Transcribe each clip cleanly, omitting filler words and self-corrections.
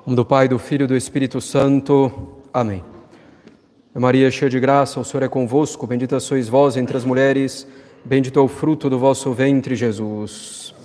Em nome do Pai, do Filho e do Espírito Santo. Amém. Maria, cheia de graça, o Senhor é convosco. Bendita sois vós entre as mulheres. Bendito é o fruto do vosso ventre, Jesus.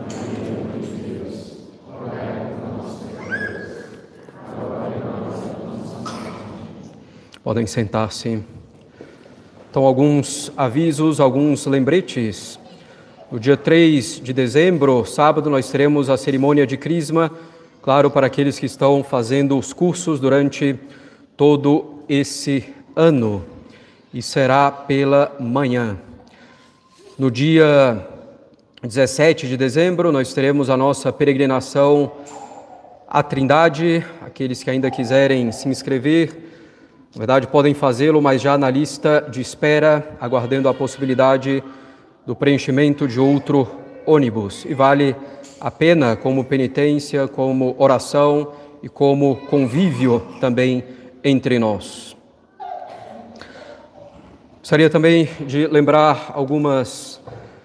Podem sentar-se. Então, alguns avisos, alguns lembretes. No dia 3 de dezembro, sábado, nós teremos a cerimônia de Crisma, claro, para aqueles que estão fazendo os cursos durante todo esse ano, e será pela manhã. No dia 17 de dezembro, nós teremos a nossa peregrinação à Trindade. Aqueles que ainda quiserem se inscrever, na verdade, podem fazê-lo, mas já na lista de espera, aguardando a possibilidade do preenchimento de outro ônibus. E vale a pena como penitência, como oração e como convívio também entre nós. Gostaria também de lembrar algumas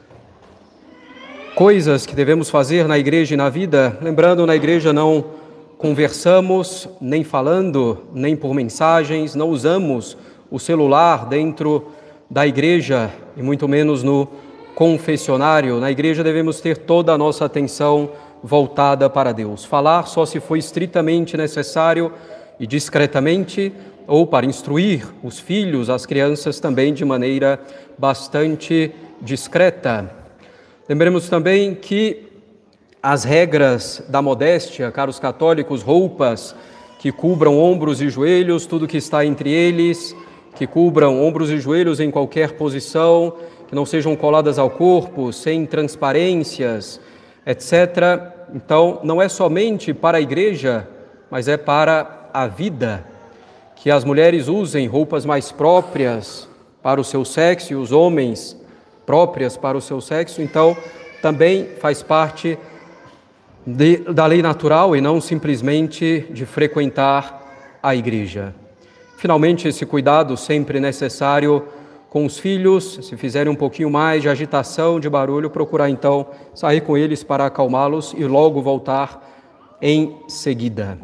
coisas que devemos fazer na igreja e na vida. Lembrando, na igreja não conversamos, nem falando, nem por mensagens, não usamos o celular dentro da igreja e muito menos no confessionário. Na igreja devemos ter toda a nossa atenção voltada para Deus. Falar só se for estritamente necessário e discretamente, ou para instruir os filhos, as crianças também de maneira bastante discreta. Lembremos também que as regras da modéstia, caros católicos, roupas que cubram ombros e joelhos, tudo que está entre eles, que cubram ombros e joelhos em qualquer posição, que não sejam coladas ao corpo, sem transparências, etc. Então, não é somente para a igreja, mas é para a vida, que as mulheres usem roupas mais próprias para o seu sexo e os homens próprias para o seu sexo. Então, também faz parte da lei natural e não simplesmente de frequentar a igreja. Finalmente, esse cuidado sempre necessário com os filhos. Se fizerem um pouquinho mais de agitação, de barulho, procurar então sair com eles para acalmá-los e logo voltar em seguida.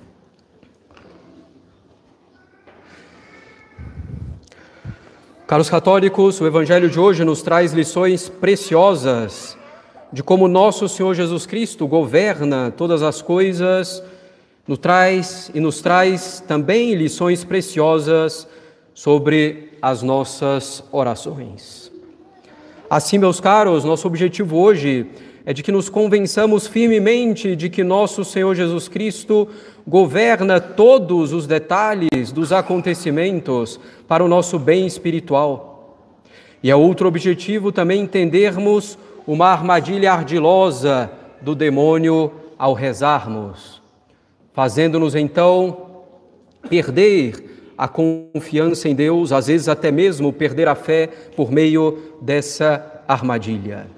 Caros católicos, o Evangelho de hoje nos traz lições preciosas de como nosso Senhor Jesus Cristo governa todas as coisas, nos traz também lições preciosas sobre as nossas orações. Assim, meus caros, nosso objetivo hoje é de que nos convençamos firmemente de que nosso Senhor Jesus Cristo governa todos os detalhes dos acontecimentos para o nosso bem espiritual. E é outro objetivo também entendermos uma armadilha ardilosa do demônio ao rezarmos, fazendo-nos então perder a confiança em Deus, às vezes até mesmo perder a fé por meio dessa armadilha.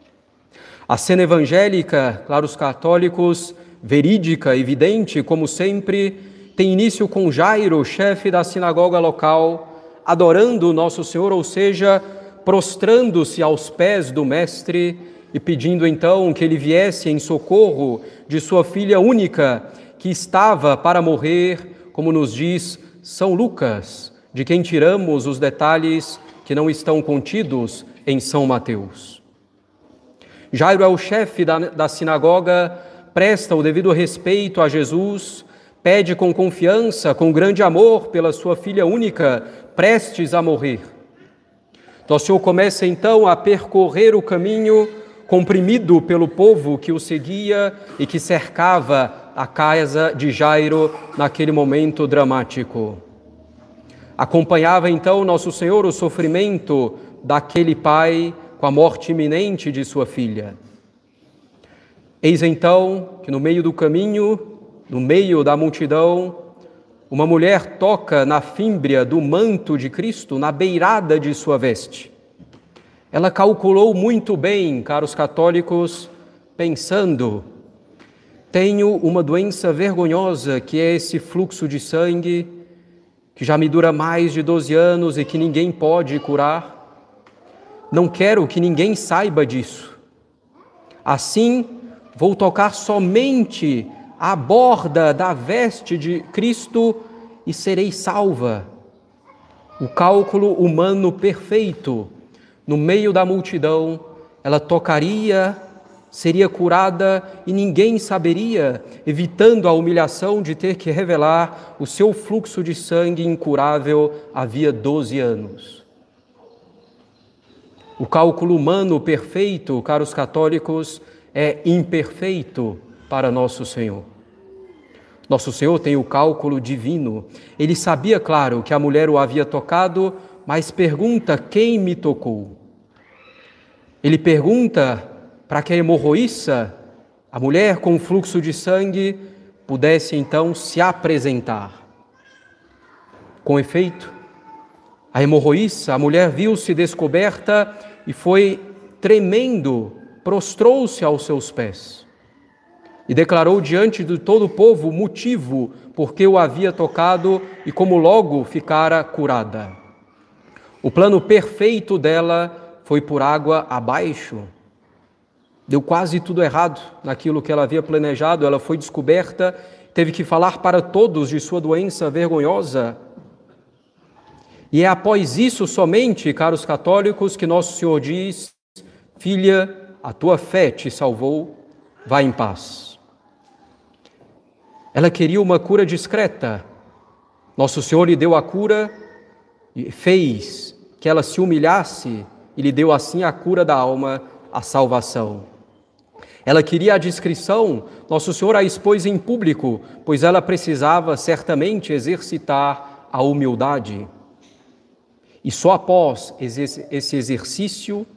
A cena evangélica, claros católicos, verídica, evidente, como sempre, tem início com Jairo, chefe da sinagoga local, adorando o Nosso Senhor, ou seja, prostrando-se aos pés do Mestre e pedindo então que ele viesse em socorro de sua filha única, que estava para morrer, como nos diz São Lucas, de quem tiramos os detalhes que não estão contidos em São Mateus. Jairo é o chefe da sinagoga, presta o devido respeito a Jesus, pede com confiança, com grande amor pela sua filha única, prestes a morrer. Nosso Senhor começa então a percorrer o caminho comprimido pelo povo que o seguia e que cercava a casa de Jairo naquele momento dramático. Acompanhava então Nosso Senhor o sofrimento daquele pai com a morte iminente de sua filha. Eis então que no meio do caminho, no meio da multidão, uma mulher toca na fímbria do manto de Cristo, na beirada de sua veste. Ela calculou muito bem, caros católicos, pensando: tenho uma doença vergonhosa que é esse fluxo de sangue, que já me dura mais de 12 anos e que ninguém pode curar. Não quero que ninguém saiba disso. Assim, vou tocar somente à borda da veste de Cristo e serei salva. O cálculo humano perfeito, no meio da multidão, ela tocaria, seria curada e ninguém saberia, evitando a humilhação de ter que revelar o seu fluxo de sangue incurável havia 12 anos. O cálculo humano perfeito, caros católicos, é imperfeito para nosso Senhor. Nosso Senhor tem o cálculo divino. Ele sabia, claro, que a mulher o havia tocado, mas pergunta: quem me tocou? Ele pergunta para que a hemorroíça, a mulher com fluxo de sangue, pudesse então se apresentar. Com efeito, a hemorroíça, a mulher viu-se descoberta e foi tremendo, prostrou-se aos seus pés e declarou diante de todo o povo o motivo por que o havia tocado e como logo ficara curada. O plano perfeito dela foi por água abaixo. Deu quase tudo errado naquilo que ela havia planejado. Ela foi descoberta, teve que falar para todos de sua doença vergonhosa. E é após isso somente, caros católicos, que Nosso Senhor diz: filha, a tua fé te salvou, vá em paz. Ela queria uma cura discreta. Nosso Senhor lhe deu a cura e fez que ela se humilhasse e lhe deu assim a cura da alma, a salvação. Ela queria a discrição, Nosso Senhor a expôs em público, pois ela precisava certamente exercitar a humildade. E só após esse exercício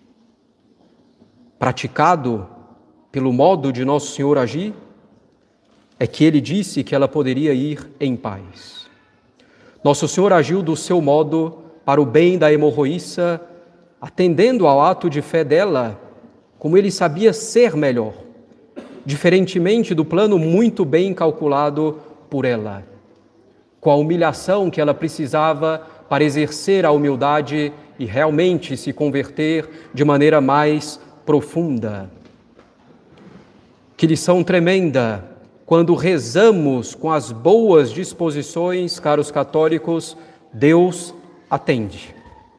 praticado pelo modo de Nosso Senhor agir, é que ele disse que ela poderia ir em paz. Nosso Senhor agiu do seu modo para o bem da hemorroíça, atendendo ao ato de fé dela, como ele sabia ser melhor, diferentemente do plano muito bem calculado por ela, com a humilhação que ela precisava para exercer a humildade e realmente se converter de maneira mais profunda. Que lição tremenda! Quando rezamos com as boas disposições, caros católicos, Deus atende.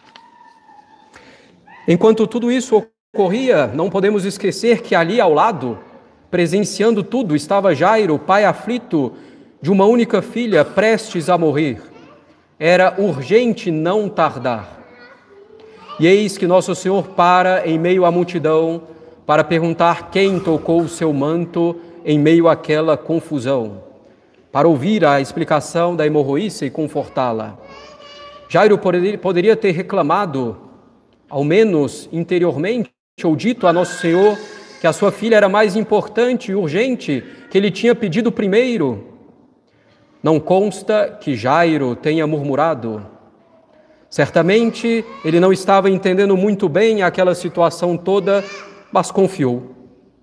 Enquanto tudo isso ocorria, não podemos esquecer que ali ao lado, presenciando tudo, estava Jairo, pai aflito de uma única filha prestes a morrer. Era urgente não tardar. E eis que Nosso Senhor para em meio à multidão para perguntar quem tocou o seu manto em meio àquela confusão, para ouvir a explicação da hemorroíça e confortá-la. Jairo poderia ter reclamado, ao menos interiormente, ou dito a Nosso Senhor que a sua filha era mais importante e urgente, que ele tinha pedido primeiro. Não consta que Jairo tenha murmurado. Certamente ele não estava entendendo muito bem aquela situação toda, mas confiou.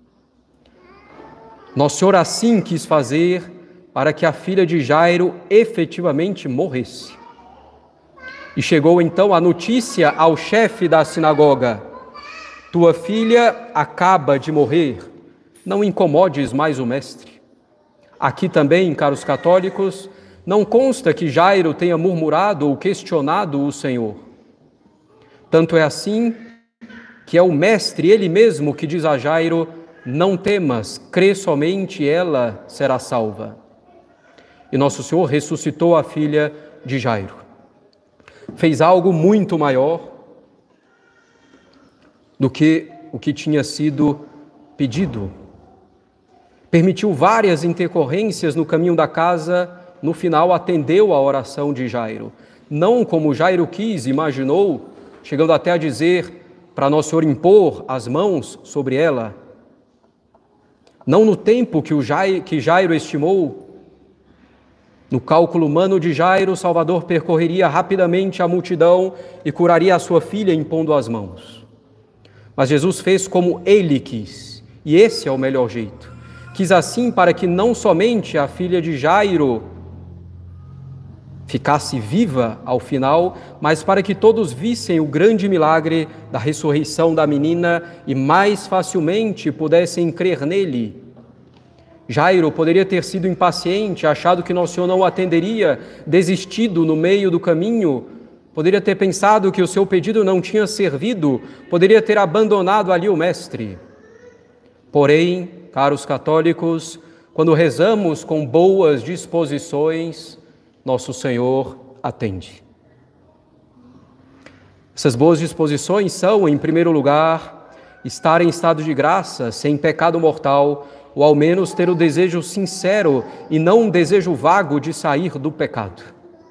Nosso Senhor assim quis fazer para que a filha de Jairo efetivamente morresse. E chegou então a notícia ao chefe da sinagoga: tua filha acaba de morrer, não incomodes mais o mestre. Aqui também, caros católicos, não consta que Jairo tenha murmurado ou questionado o Senhor. Tanto é assim que é o mestre, ele mesmo, que diz a Jairo: não temas, crê somente, ela será salva. E Nosso Senhor ressuscitou a filha de Jairo. Fez algo muito maior do que o que tinha sido pedido. Permitiu várias intercorrências no caminho da casa, no final atendeu a oração de Jairo. Não como Jairo quis, imaginou, chegando até a dizer para Nosso Senhor impor as mãos sobre ela. Não no tempo que Jairo estimou. No cálculo humano de Jairo, o Salvador percorreria rapidamente a multidão e curaria a sua filha impondo as mãos. Mas Jesus fez como ele quis, e esse é o melhor jeito. Quis assim para que não somente a filha de Jairo ficasse viva ao final, mas para que todos vissem o grande milagre da ressurreição da menina e mais facilmente pudessem crer nele. Jairo poderia ter sido impaciente, achado que Nosso Senhor não o atenderia, desistido no meio do caminho, poderia ter pensado que o seu pedido não tinha servido, poderia ter abandonado ali o Mestre. Porém, caros católicos, quando rezamos com boas disposições, Nosso Senhor atende. Essas boas disposições são, em primeiro lugar, estar em estado de graça, sem pecado mortal, ou ao menos ter o desejo sincero e não um desejo vago de sair do pecado.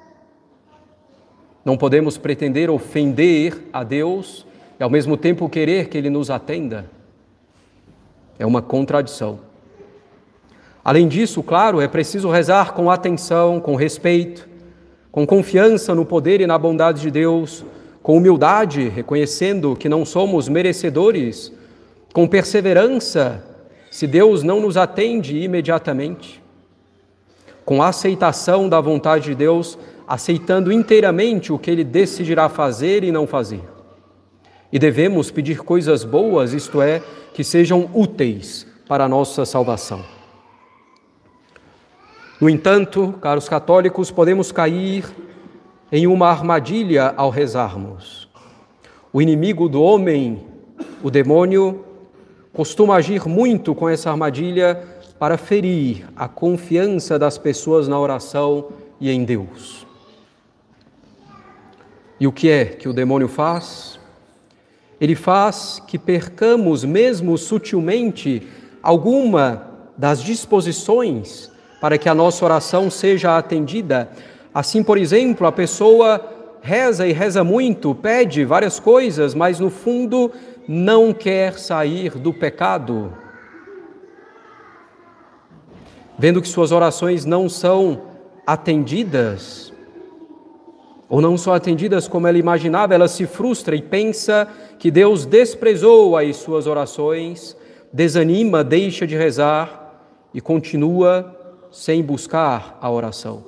Não podemos pretender ofender a Deus e ao mesmo tempo querer que Ele nos atenda. É uma contradição. Além disso, claro, é preciso rezar com atenção, com respeito, com confiança no poder e na bondade de Deus, com humildade, reconhecendo que não somos merecedores, com perseverança, se Deus não nos atende imediatamente, com aceitação da vontade de Deus, aceitando inteiramente o que Ele decidirá fazer e não fazer. E devemos pedir coisas boas, isto é, que sejam úteis para a nossa salvação. No entanto, caros católicos, podemos cair em uma armadilha ao rezarmos. O inimigo do homem, o demônio, costuma agir muito com essa armadilha para ferir a confiança das pessoas na oração e em Deus. E o que é que o demônio faz? Ele faz que percamos, mesmo sutilmente, alguma das disposições para que a nossa oração seja atendida. Assim, por exemplo, a pessoa reza e reza muito, pede várias coisas, mas no fundo não quer sair do pecado. Vendo que suas orações não são atendidas, ou não são atendidas como ela imaginava, ela se frustra e pensa que Deus desprezou as suas orações, desanima, deixa de rezar e continua sem buscar a oração.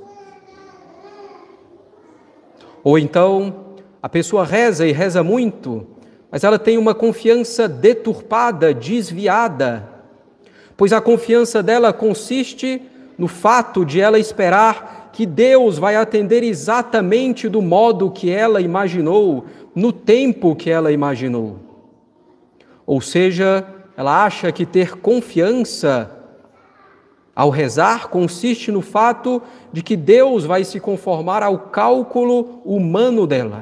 Ou então, a pessoa reza e reza muito, mas ela tem uma confiança deturpada, desviada, pois a confiança dela consiste no fato de ela esperar que Deus vai atender exatamente do modo que ela imaginou, no tempo que ela imaginou. Ou seja, ela acha que ter confiança ao rezar consiste no fato de que Deus vai se conformar ao cálculo humano dela.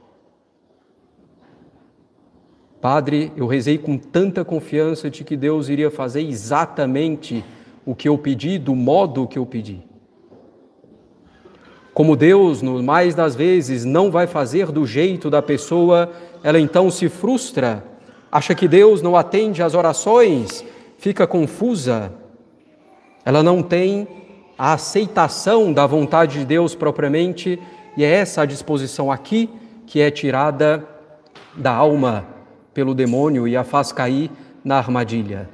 Padre, eu rezei com tanta confiança de que Deus iria fazer exatamente o que eu pedi, do modo que eu pedi. Como Deus, no mais das vezes, não vai fazer do jeito da pessoa, ela então se frustra, acha que Deus não atende às orações, fica confusa. Ela não tem a aceitação da vontade de Deus propriamente, e é essa a disposição aqui que é tirada da alma pelo demônio e a faz cair na armadilha.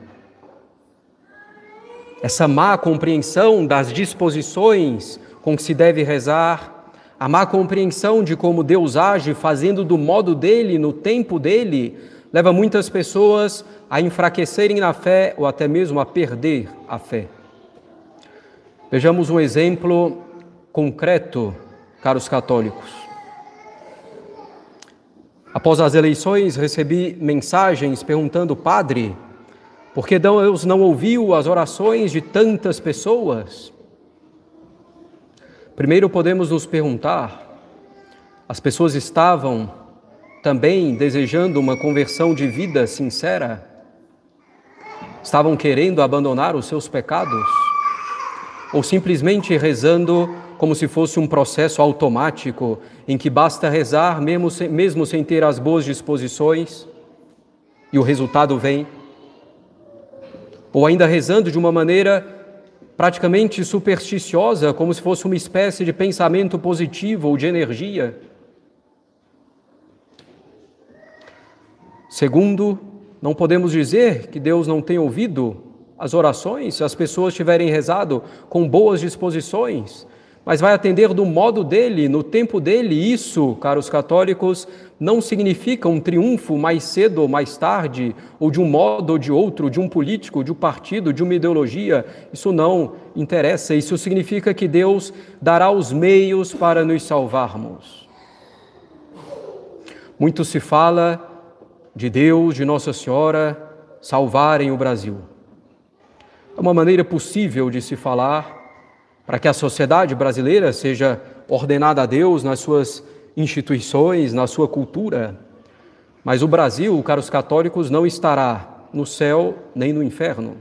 Essa má compreensão das disposições com que se deve rezar, a má compreensão de como Deus age, fazendo do modo dele, no tempo dele, leva muitas pessoas a enfraquecerem na fé ou até mesmo a perder a fé. Vejamos um exemplo concreto, caros católicos. Após as eleições, recebi mensagens perguntando: Padre, por que Deus não ouviu as orações de tantas pessoas? Primeiro podemos nos perguntar, as pessoas estavam também desejando uma conversão de vida sincera? Estavam querendo abandonar os seus pecados? Ou simplesmente rezando como se fosse um processo automático, em que basta rezar mesmo sem ter as boas disposições e o resultado vem? Ou ainda rezando de uma maneira praticamente supersticiosa, como se fosse uma espécie de pensamento positivo ou de energia? Segundo, não podemos dizer que Deus não tem ouvido as orações se as pessoas tiverem rezado com boas disposições, mas vai atender do modo dele, no tempo dele. Isso, caros católicos, não significa um triunfo mais cedo ou mais tarde, ou de um modo ou de outro, de um político, de um partido, de uma ideologia. Isso não interessa. Isso significa que Deus dará os meios para nos salvarmos. Muito se fala de Deus, de Nossa Senhora, salvarem o Brasil. É uma maneira possível de se falar para que a sociedade brasileira seja ordenada a Deus nas suas instituições, na sua cultura. Mas o Brasil, caros católicos, não estará no céu nem no inferno.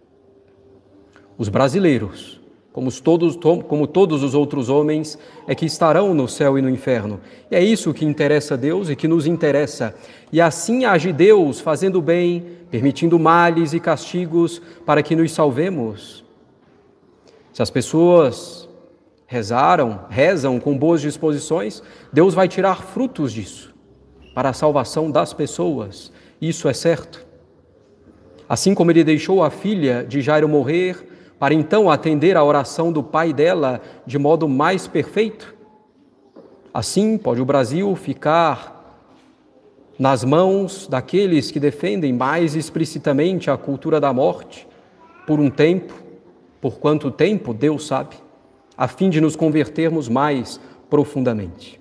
Os brasileiros, como todos os outros homens, é que estarão no céu e no inferno. E é isso que interessa a Deus e que nos interessa. E assim age Deus, fazendo bem, permitindo males e castigos para que nos salvemos. Se as pessoas rezam com boas disposições, Deus vai tirar frutos disso para a salvação das pessoas. Isso é certo. Assim como ele deixou a filha de Jairo morrer, para então atender a oração do pai dela de modo mais perfeito, assim pode o Brasil ficar nas mãos daqueles que defendem mais explicitamente a cultura da morte por um tempo. Por quanto tempo, Deus sabe, a fim de nos convertermos mais profundamente.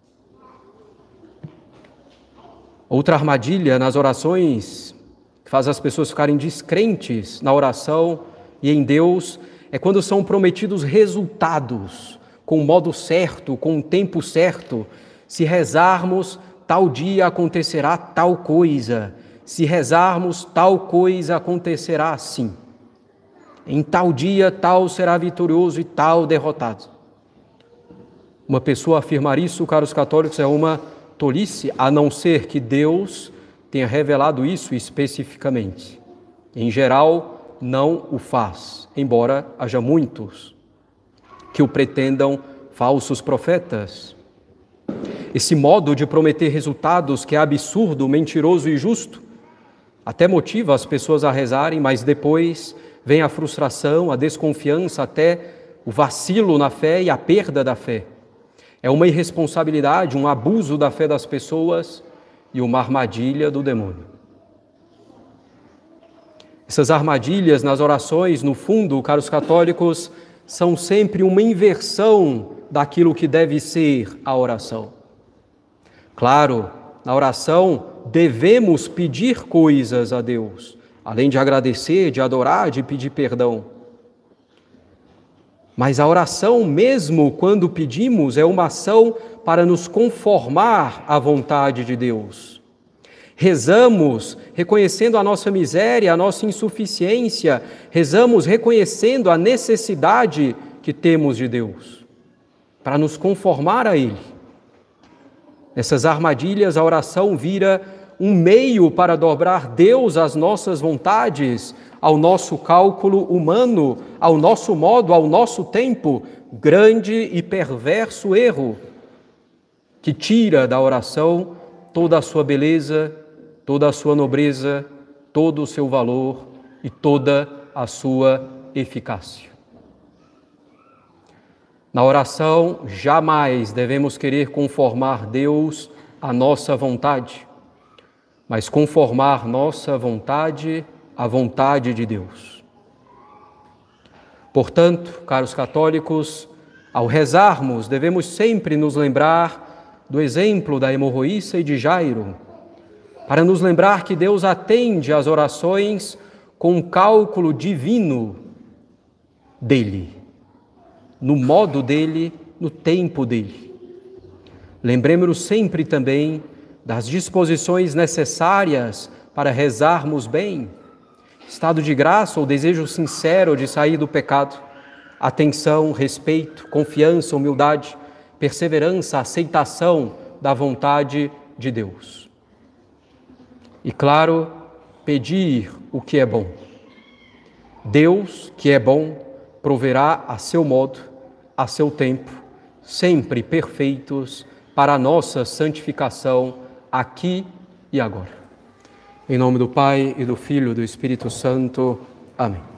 Outra armadilha nas orações que faz as pessoas ficarem descrentes na oração e em Deus é quando são prometidos resultados com o modo certo, com o tempo certo. Se rezarmos, tal dia acontecerá tal coisa. Se rezarmos, tal coisa acontecerá assim. Em tal dia, tal será vitorioso e tal derrotado. Uma pessoa afirmar isso, caros católicos, é uma tolice, a não ser que Deus tenha revelado isso especificamente. Em geral, não o faz, embora haja muitos que o pretendam falsos profetas. Esse modo de prometer resultados que é absurdo, mentiroso e injusto, até motiva as pessoas a rezarem, mas depois vem a frustração, a desconfiança, até o vacilo na fé e a perda da fé. É uma irresponsabilidade, um abuso da fé das pessoas e uma armadilha do demônio. Essas armadilhas nas orações, no fundo, caros católicos, são sempre uma inversão daquilo que deve ser a oração. Claro, na oração devemos pedir coisas a Deus, além de agradecer, de adorar, de pedir perdão. Mas a oração, mesmo quando pedimos, é uma ação para nos conformar à vontade de Deus. Rezamos reconhecendo a nossa miséria, a nossa insuficiência, rezamos reconhecendo a necessidade que temos de Deus, para nos conformar a Ele. Nessas armadilhas, a oração vira um meio para dobrar Deus às nossas vontades, ao nosso cálculo humano, ao nosso modo, ao nosso tempo. Grande e perverso erro que tira da oração toda a sua beleza, toda a sua nobreza, todo o seu valor e toda a sua eficácia. Na oração, jamais devemos querer conformar Deus à nossa vontade, mas conformar nossa vontade à vontade de Deus. Portanto, caros católicos, ao rezarmos, devemos sempre nos lembrar do exemplo da hemorroíça e de Jairo, para nos lembrar que Deus atende às orações com um cálculo divino dele, no modo dele, no tempo dele. Lembremos-nos sempre também das disposições necessárias para rezarmos bem, estado de graça ou desejo sincero de sair do pecado, atenção, respeito, confiança, humildade, perseverança, aceitação da vontade de Deus. E claro, pedir o que é bom. Deus, que é bom, proverá a seu modo, a seu tempo, sempre perfeitos para a nossa santificação aqui e agora. Em nome do Pai, e do Filho, e do Espírito Santo. Amém.